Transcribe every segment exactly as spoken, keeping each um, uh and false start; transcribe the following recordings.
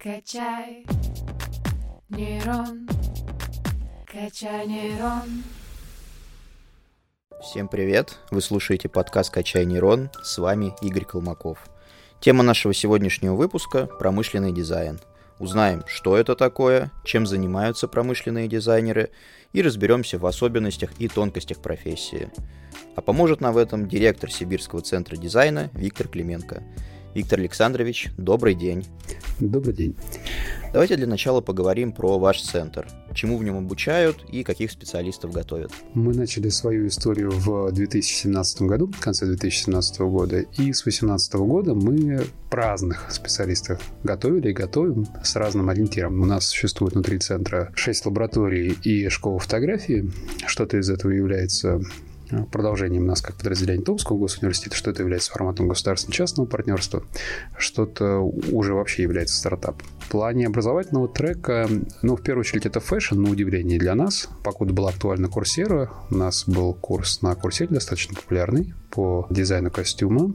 Качай нейрон, качай нейрон. Всем привет! Вы слушаете подкаст «Качай нейрон», с вами Игорь Колмаков. Тема нашего сегодняшнего выпуска – промышленный дизайн. Узнаем, что это такое, чем занимаются промышленные дизайнеры, и разберемся в особенностях и тонкостях профессии. А поможет нам в этом директор Сибирского центра дизайна Виктор Клименко. Виктор Александрович, добрый день. Добрый день. Давайте для начала поговорим про ваш центр. Чему в нем обучают и каких специалистов готовят? Мы начали свою историю в две тысячи семнадцатом году, в конце две тысячи семнадцатого года, и с две тысячи восемнадцатого года мы разных специалистов готовили и готовим с разным ориентиром. У нас существует внутри центра шесть лабораторий и школа фотографии. Что-то из этого является продолжением нас как подразделение Томского госуниверситета, что-то является форматом государственно-частного партнерства, что-то уже вообще является стартапом. В плане образовательного трека, ну, в первую очередь, это фэшн, на удивление для нас. Покуда был актуальна Курсера, у нас был курс на Курсере, достаточно популярный, по дизайну костюма.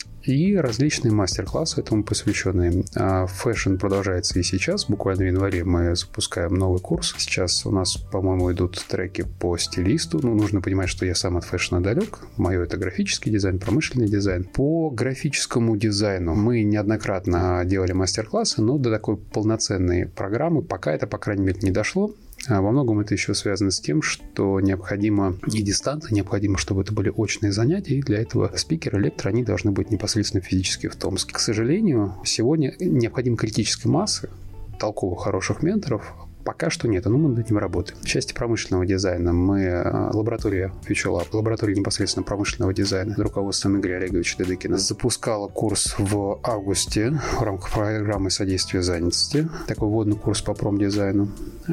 И различные мастер-классы этому посвященные. Фэшн продолжается и сейчас. Буквально в январе мы запускаем новый курс. Сейчас у нас, по-моему, идут треки по стилисту. Ну, нужно понимать, что я сам от фэшна далек. Мое это графический дизайн, промышленный дизайн. По графическому дизайну мы неоднократно делали мастер-классы, но до такой полноценной программы пока это, по крайней мере, не дошло. Во многом это еще связано с тем, что необходимо и дистанция, необходимо, чтобы это были очные занятия, и для этого спикеры, лекторы, они должны быть непосредственно физически в Томске. К сожалению, сегодня необходима критической массы толковых, хороших менторов. Пока что нет, но мы над этим работаем. В части промышленного дизайна мы лаборатория Future Lab, лаборатория непосредственно промышленного дизайна под руководством Игоря Олеговича Дедыкина запускала курс в августе в рамках программы содействия занятости, такой вводный курс по промдизайну.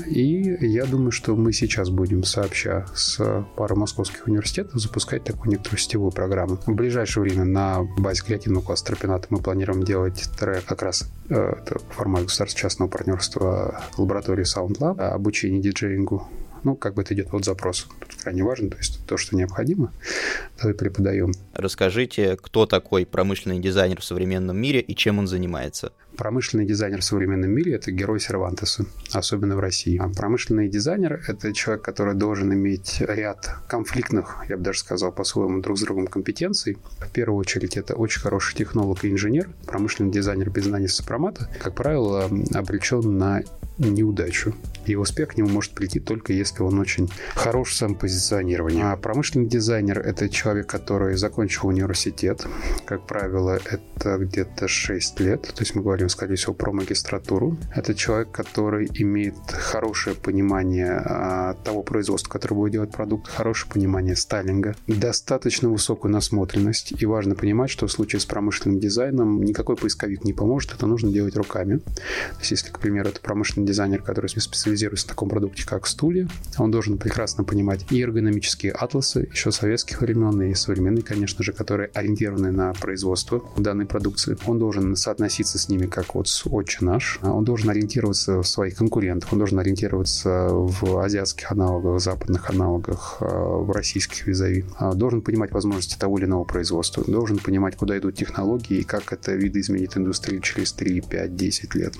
И я думаю, что мы сейчас будем сообща с парой московских университетов запускать такую некоторую сетевую программу. В ближайшее время на базе креативного кластера Пената мы планируем делать трек как раз э, формат государственно-частного партнерства лаборатории Sound Lab, обучение диджеингу. Ну, как бы это идет от запроса. Тут крайне важно, то есть то, что необходимо, то и преподаем. Расскажите, кто такой промышленный дизайнер в современном мире и чем он занимается? Промышленный дизайнер в современном мире – это герой Сервантеса, особенно в России. А промышленный дизайнер – это человек, который должен иметь ряд конфликтных, я бы даже сказал, по-своему, друг с другом компетенций. В первую очередь, это очень хороший технолог и инженер. Промышленный дизайнер без знания сопромата, как правило, обречен на неудачу. И успех к нему может прийти только если он очень хорош в своем позиционировании. А промышленный дизайнер – это человек, который закончил университет. Как правило, это где-то шесть лет. То есть мы говорим, скорее всего, про магистратуру. Это человек, который имеет хорошее понимание а, того производства, которое будет делать продукт, хорошее понимание стайлинга, достаточно высокую насмотренность. И важно понимать, что в случае с промышленным дизайном никакой поисковик не поможет. Это нужно делать руками. То есть, если, к примеру, это промышленный дизайнер, который специализируется на таком продукте, как стулья, он должен прекрасно понимать и эргономические атласы еще советских времен, и современные, конечно же, которые ориентированы на производство данной продукции. Он должен соотноситься с ними как вот с «Отче наш». Он должен ориентироваться в своих конкурентах, он должен ориентироваться в азиатских аналогах, западных аналогах, в российских визави. Должен понимать возможности того или иного производства, должен понимать, куда идут технологии и как это видоизменит индустрию через три, пять, десять лет.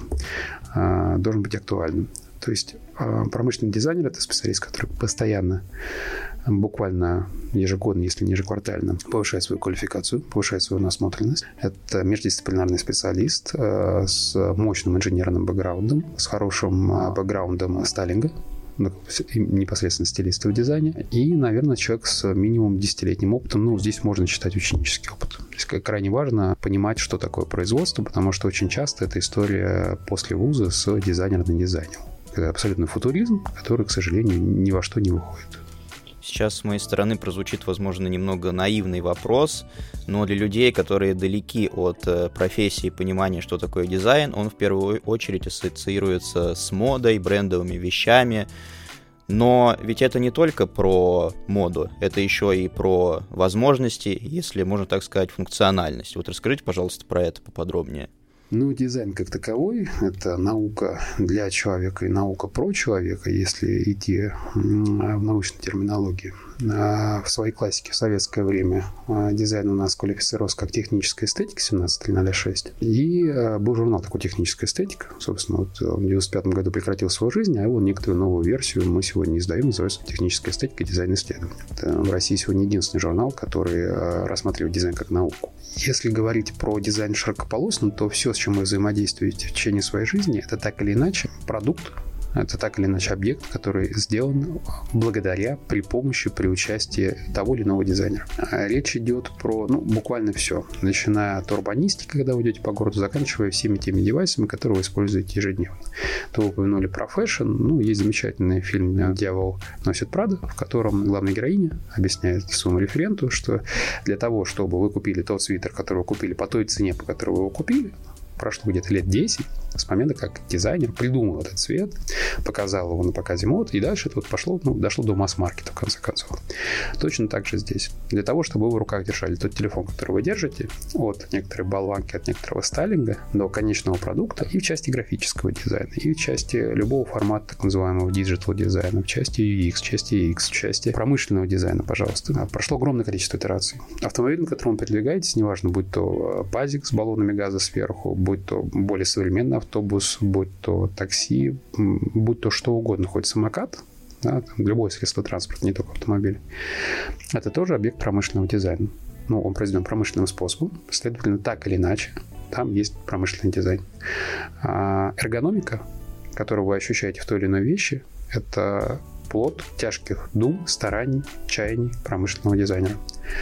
Должен быть актуальным. То есть промышленный дизайнер – это специалист, который постоянно, буквально ежегодно, если не ежеквартально, повышает свою квалификацию, повышает свою насмотренность. Это междисциплинарный специалист с мощным инженерным бэкграундом, с хорошим бэкграундом стайлинга, непосредственно стилиста в дизайне, и, наверное, человек с минимум десятилетним опытом. Ну, здесь можно считать ученический опыт. То есть крайне важно понимать, что такое производство, потому что очень часто это история после вуза с дизайнера на дизайне. Это абсолютно футуризм, который, к сожалению, ни во что не выходит. Сейчас с моей стороны прозвучит, возможно, немного наивный вопрос, но для людей, которые далеки от профессии и понимания, что такое дизайн, он в первую очередь ассоциируется с модой, брендовыми вещами. Но ведь это не только про моду, это еще и про возможности, если можно так сказать, функциональность. Вот расскажите, пожалуйста, про это поподробнее. Ну, дизайн как таковой – это наука для человека и наука про человека, если идти в научной терминологии. В своей классике в советское время дизайн у нас квалифицировался как техническая эстетика семнадцать ноль ноль шесть. И был журнал такой «Техническая эстетика». Собственно, вот он в девяносто пятом году прекратил свою жизнь, а его некоторую новую версию мы сегодня издаем, называется «Техническая эстетика и дизайн исследования». Это в России сегодня единственный журнал, который рассматривает дизайн как науку. Если говорить про дизайн широкополосный, то все, с чем вы взаимодействуете в течение своей жизни, это так или иначе продукт, это так или иначе объект, который сделан благодаря, при помощи, при участии того или иного дизайнера. Речь идет про, ну, буквально все. Начиная от урбанистики, когда вы идете по городу, заканчивая всеми теми девайсами, которые вы используете ежедневно. То вы упомянули про фэшн. Ну, есть замечательный фильм «Дьявол носит Прада», в котором главная героиня объясняет своему референту, что для того, чтобы вы купили тот свитер, который вы купили по той цене, по которой вы его купили, прошло где-то лет десять с момента, как дизайнер придумал этот цвет, показал его на показе мод, и дальше это вот пошло, ну, дошло до масс-маркета, в конце концов. Точно так же здесь. Для того, чтобы вы в руках держали тот телефон, который вы держите, от некоторой болванки, от некоторого стайлинга до конечного продукта, и в части графического дизайна, и в части любого формата так называемого диджитал дизайна, в части ю экс, в части ю экс, в части промышленного дизайна, пожалуйста. Прошло огромное количество итераций. Автомобиль, на котором вы передвигаетесь, неважно, будь то базик с баллонами газа сверху, будь то более современный автобус, будь то такси, будь то что угодно, хоть самокат, да, там, любое средство транспорта, не только автомобиль, это тоже объект промышленного дизайна. Ну, он произведен промышленным способом, следовательно, так или иначе, там есть промышленный дизайн. А эргономика, которую вы ощущаете в той или иной вещи, это плод тяжких дум, стараний, чаяний промышленного дизайнера.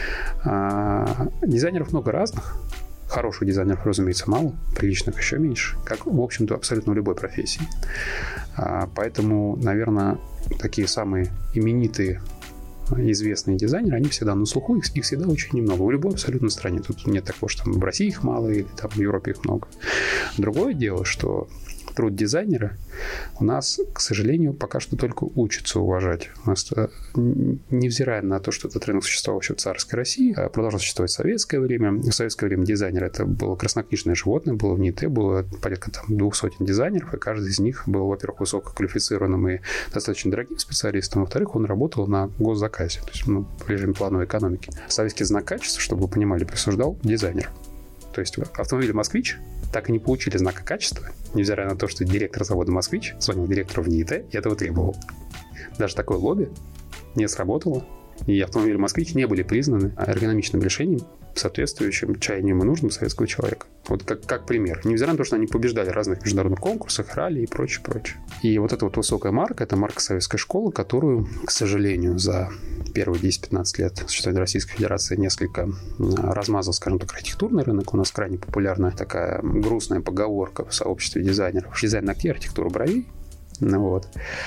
А дизайнеров много разных. Хороших дизайнеров, разумеется, мало, приличных еще меньше, как, в общем-то, абсолютно в любой профессии. А, поэтому, наверное, такие самые именитые, известные дизайнеры, они всегда на слуху, их, их всегда очень немного. В любой абсолютно стране. Тут нет такого, что там в России их мало или там в Европе их много. Другое дело, что труд дизайнера у нас, к сожалению, пока что только учится уважать. У нас, невзирая на то, что этот рынок существовал еще в царской России, продолжал существовать в советское время. В советское время дизайнер — это было краснокнижное животное, было в НИТ, было порядка там, двух сотен дизайнеров, и каждый из них был, во-первых, высококвалифицированным и достаточно дорогим специалистом, во-вторых, он работал на госзаказе, то есть ну, в режиме плановой экономики. Советский знак качества, чтобы вы понимали, присуждал дизайнер. То есть автомобиль «Москвич» так и не получили знака качества, невзирая на то, что директор завода «Москвич» звонил директору в НИИТ и этого требовал. Даже такое лобби не сработало, и автомобили «Москвич» не были признаны эргономичным решением, соответствующим чаяниям и нуждам советского человека. Вот как, как пример. Невзирая на то, что они побеждали в разных международных конкурсах, ралли и прочее, прочее. И вот эта вот высокая марка, это марка советской школы, которую, к сожалению, за первые десять-пятнадцать лет существования Российской Федерации несколько размазал, скажем так, архитектурный рынок. У нас крайне популярная такая грустная поговорка в сообществе дизайнеров. Дизайн ногтей, архитектура бровей. Ну, вот.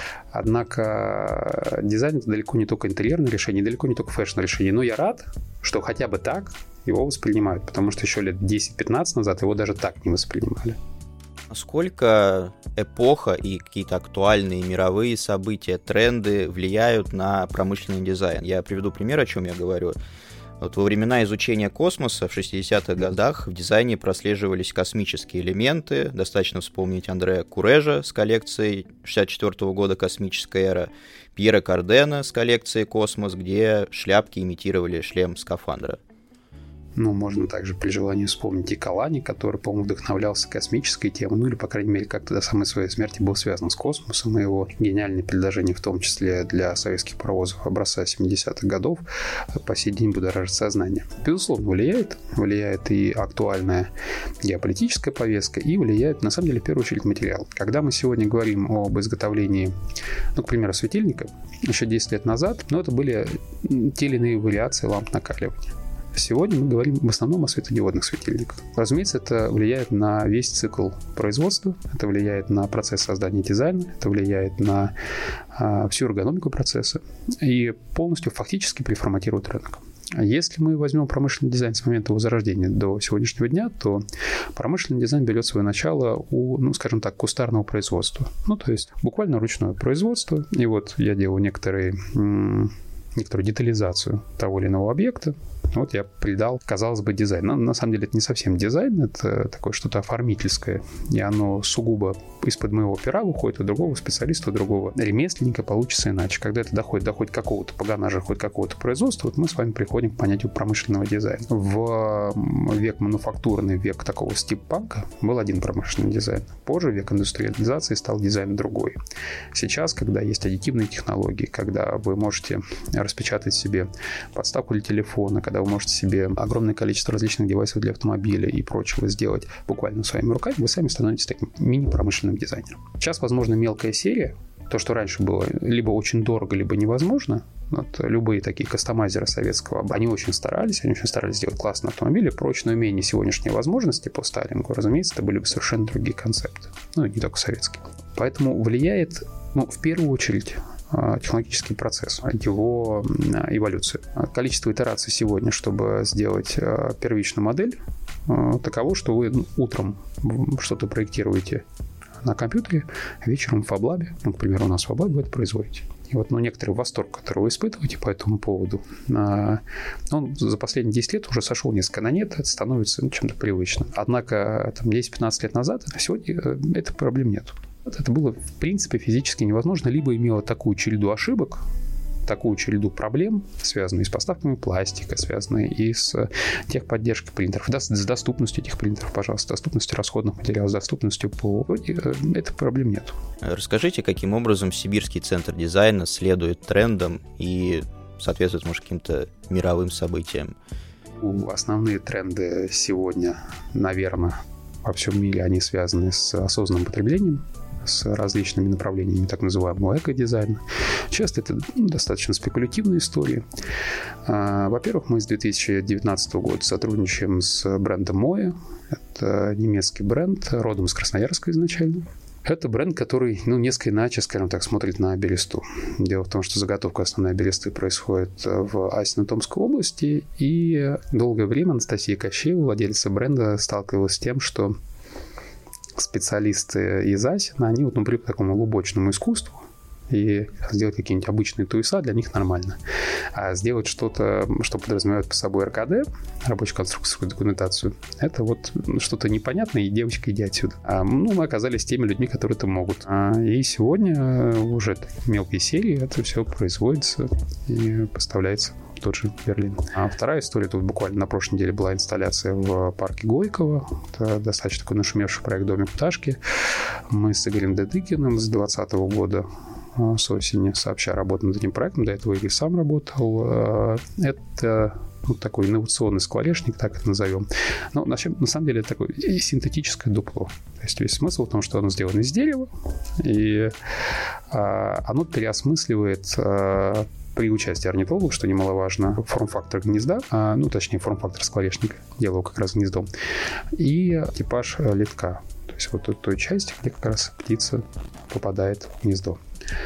Однако дизайн — это далеко не только интерьерное решение, далеко не только фэшн-решение. Но я рад, что хотя бы так его воспринимают, потому что еще лет десять-пятнадцать назад его даже так не воспринимали. Насколько эпоха и какие-то актуальные мировые события, тренды влияют на промышленный дизайн? Я приведу пример, о чем я говорю. Вот во времена изучения космоса в шестидесятых годах в дизайне прослеживались космические элементы. Достаточно вспомнить Андреа Курежа с коллекцией шестьдесят четвёртого года «Космическая эра», Пьера Кардена с коллекцией «Космос», где шляпки имитировали шлем скафандра. Ну, можно также при желании вспомнить и Калани, который, по-моему, вдохновлялся космической темой, ну или, по крайней мере, как-то до самой своей смерти был связан с космосом, и его гениальные предложения, в том числе для советских паровозов образца семидесятых годов, по сей день будоражит сознание. Безусловно, влияет. Влияет и актуальная геополитическая повестка, и влияет, на самом деле, в первую очередь, материал. Когда мы сегодня говорим об изготовлении, ну, к примеру, светильника, еще десять лет назад, ну, это были те или иные вариации ламп накаливания. Сегодня мы говорим в основном о светодиодных светильниках. Разумеется, это влияет на весь цикл производства, это влияет на процесс создания дизайна, это влияет на а, всю эргономику процесса и полностью фактически переформатирует рынок. Если мы возьмем промышленный дизайн с момента его зарождения до сегодняшнего дня, то промышленный дизайн берет свое начало у, ну, скажем так, кустарного производства. Ну, то есть буквально ручное производство. И вот я делаю некоторые... некоторую детализацию того или иного объекта, Вот я придал, казалось бы, дизайн. Но на самом деле это не совсем дизайн, это такое что-то оформительское. И оно сугубо из-под моего пера выходит, у другого специалиста, у другого ремесленника получится иначе. Когда это доходит до хоть какого-то погонажа, хоть какого-то производства, вот мы с вами приходим к понятию промышленного дизайна. В век мануфактурный, век такого стип-панка был один промышленный дизайн. Позже, век индустриализации, стал дизайн другой. Сейчас, когда есть аддитивные технологии, когда вы можете распечатать себе подставку для телефона, когда вы можете себе огромное количество различных девайсов для автомобиля и прочего сделать буквально своими руками, вы сами становитесь таким мини-промышленным дизайнером. Сейчас, возможно, мелкая серия, то, что раньше было либо очень дорого, либо невозможно. Вот любые такие кастомайзеры советского, они очень старались, они очень старались сделать классные автомобили, прочные умения, сегодняшние возможности по стайлингу, разумеется, это были бы совершенно другие концепты. Ну, не только советские. Поэтому влияет, ну, в первую очередь, технологический процесс, его эволюция. Количество итераций сегодня, чтобы сделать первичную модель, таково, что вы утром что-то проектируете на компьютере, вечером в FabLab, ну, к примеру, у нас в FabLab вы это производите. И вот, ну, некоторый восторг, который вы испытываете по этому поводу, он за последние десять лет уже сошел несколько на нет, это становится, ну, чем-то привычным. Однако там десять-пятнадцать лет назад, сегодня этой проблем нет. Это было, в принципе, физически невозможно, либо имело такую череду ошибок, такую череду проблем, связанные с поставками пластика, связанные и с техподдержкой принтеров, да, с доступностью этих принтеров, пожалуйста, доступностью расходных материалов, с доступностью по... Этой проблем нет. Расскажите, каким образом Сибирский центр дизайна следует трендам и соответствует, может, каким-то мировым событиям? Основные тренды сегодня, наверное, во всем мире, они связаны с осознанным потреблением, с различными направлениями так называемого эко-дизайна. Часто это достаточно спекулятивные истории. Во-первых, мы с две тысячи девятнадцатого года сотрудничаем с брендом Moe. Это немецкий бренд, родом из Красноярска изначально. Это бренд, который, ну, несколько иначе, скажем так, смотрит на бересту. Дело в том, что заготовка основной бересты происходит в Асино-Томской области, и долгое время Анастасия Кощеева, владельца бренда, сталкивалась с тем, что специалисты из Асино, они вот, например, к такому глубочному искусству, и сделать какие-нибудь обычные туеса для них нормально. А сделать что-то, что подразумевает по собой эр ка дэ, рабочую конструкторскую документацию, это вот что-то непонятное, и девочка, иди отсюда. А, ну, мы оказались теми людьми, которые это могут. А, и сегодня уже в мелкой серии это все производится и поставляется тот же Берлин. А вторая история, тут буквально на прошлой неделе была инсталляция в парке Горького. Это достаточно такой нашумевший проект «Домик пташки». Мы с Игорем Дедыкиным с двадцатого года с осени сообща работаем над этим проектом. До этого Игорь сам работал. Это вот такой инновационный скворечник, так это назовем. Но на самом деле это такое синтетическое дупло. То есть весь смысл в том, что оно сделано из дерева, и оно переосмысливает при участии орнитологов, что немаловажно, форм-фактор гнезда, а, ну, точнее, форм-фактор скворечника, делаю как раз гнездом, и типаж литка, то есть вот той части, где как раз птица попадает в гнездо.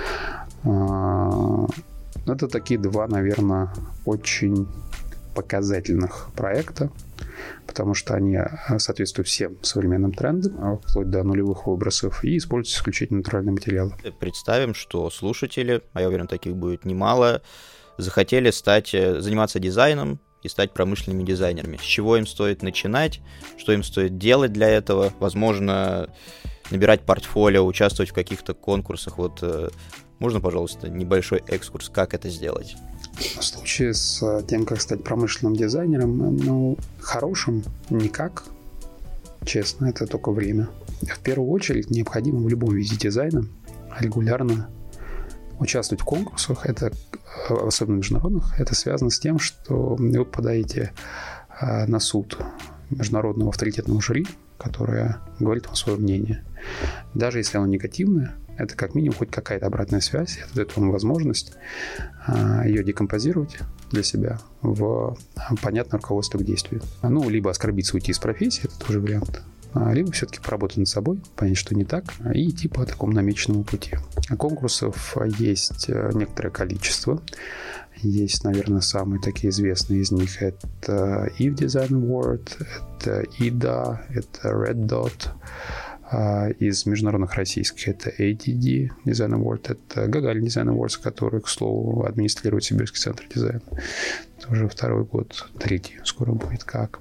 А, это такие два, наверное, очень показательных проекта, потому что они соответствуют всем современным трендам, вплоть до нулевых выбросов, и используются исключительно натуральные материалы. Представим, что слушатели, а я уверен, таких будет немало, захотели стать, заниматься дизайном и стать промышленными дизайнерами. С чего им стоит начинать, что им стоит делать для этого, возможно, набирать портфолио, участвовать в каких-то конкурсах. Вот можно, пожалуйста, небольшой экскурс, как это сделать? В случае с тем, как стать промышленным дизайнером, ну, хорошим никак, честно, это только время. В первую очередь необходимо в любом виде дизайна регулярно участвовать в конкурсах, это, особенно международных, это связано с тем, что вы попадаете на суд международного авторитетного жюри, которое говорит вам свое мнение. Даже если оно негативное, это как минимум хоть какая-то обратная связь, это дает вам возможность а, ее декомпозировать для себя в понятное руководство к действию. Ну, либо оскорбиться, уйти из профессии, это тоже вариант, а, либо все-таки поработать над собой, понять, что не так, и идти по такому намеченному пути. Конкурсов есть некоторое количество. Есть, наверное, самые такие известные из них. Это Eve Design Award, это ай ди эй, это Red Dot, А из международных российских это эй ди ди Design Award, это Гагарин Design Awards, который, к слову, администрирует Сибирский центр дизайна. Это уже второй год, третий скоро будет как.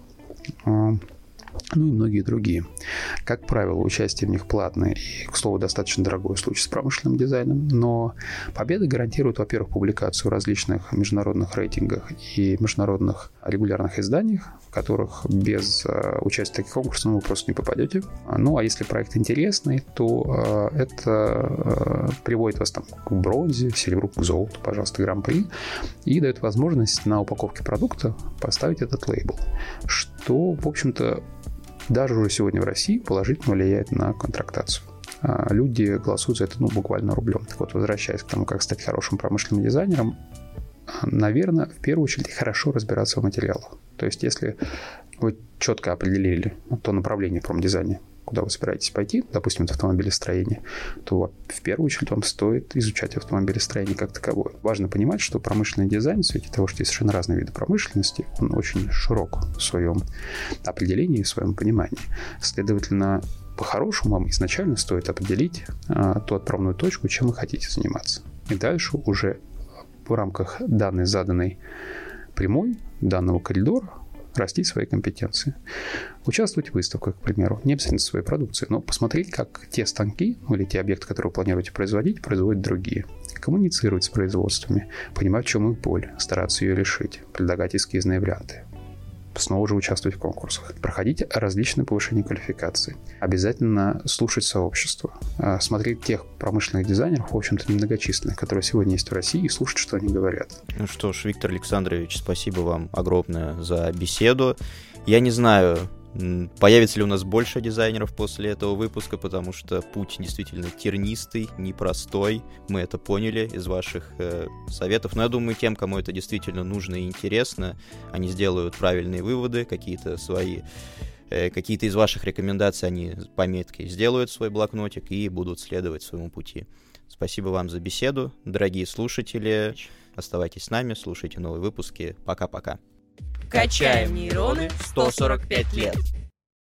Ну и многие другие. Как правило, участие в них платное и, к слову, достаточно дорогой случай с промышленным дизайном, но победа гарантирует, во-первых, публикацию в различных международных рейтингах и международных регулярных изданиях, в которых без uh, участия в таких конкурсах вы просто не попадете. Ну, а если проект интересный, то uh, это uh, приводит вас там к бронзе, серебру, к золоту, пожалуйста, гран-при, и дает возможность на упаковке продукта поставить этот лейбл, что, в общем-то, даже уже сегодня в России положительно влияет на контрактацию. Люди голосуют за это, ну, буквально рублем. Так вот, возвращаясь к тому, как стать хорошим промышленным дизайнером, наверное, в первую очередь хорошо разбираться в материалах. То есть, если вы четко определили то направление в промдизайне, куда вы собираетесь пойти, допустим, это автомобилестроение, то в первую очередь вам стоит изучать автомобилестроение как таковое. Важно понимать, что промышленный дизайн, в свете того, что есть совершенно разные виды промышленности, он очень широк в своем определении и в своем понимании. Следовательно, по-хорошему вам изначально стоит определить а, ту отправную точку, чем вы хотите заниматься. И дальше уже в рамках данной заданной прямой, данного коридора, растить свои компетенции. Участвовать в выставках, к примеру, не обязательно своей продукции, но посмотреть, как те станки ну, или те объекты, которые вы планируете производить, производят другие. Коммуницировать с производствами, понимать, в чем их боль, стараться ее решить, предлагать эскизные варианты. Снова же участвовать в конкурсах, проходить различные повышения квалификации, обязательно слушать сообщество, смотреть тех промышленных дизайнеров, в общем-то, немногочисленных, которые сегодня есть в России, и слушать, что они говорят. Ну что ж, Виктор Александрович, спасибо вам огромное за беседу. Я не знаю, появится ли у нас больше дизайнеров после этого выпуска, потому что путь действительно тернистый, непростой. Мы это поняли из ваших э, советов. Но я думаю, тем, кому это действительно нужно и интересно, они сделают правильные выводы, какие-то свои, э, какие-то из ваших рекомендаций они пометки сделают в свой блокнотик и будут следовать своему пути. Спасибо вам за беседу, дорогие слушатели. Оставайтесь с нами, слушайте новые выпуски. Пока-пока. Качаем нейроны сто сорок пять лет.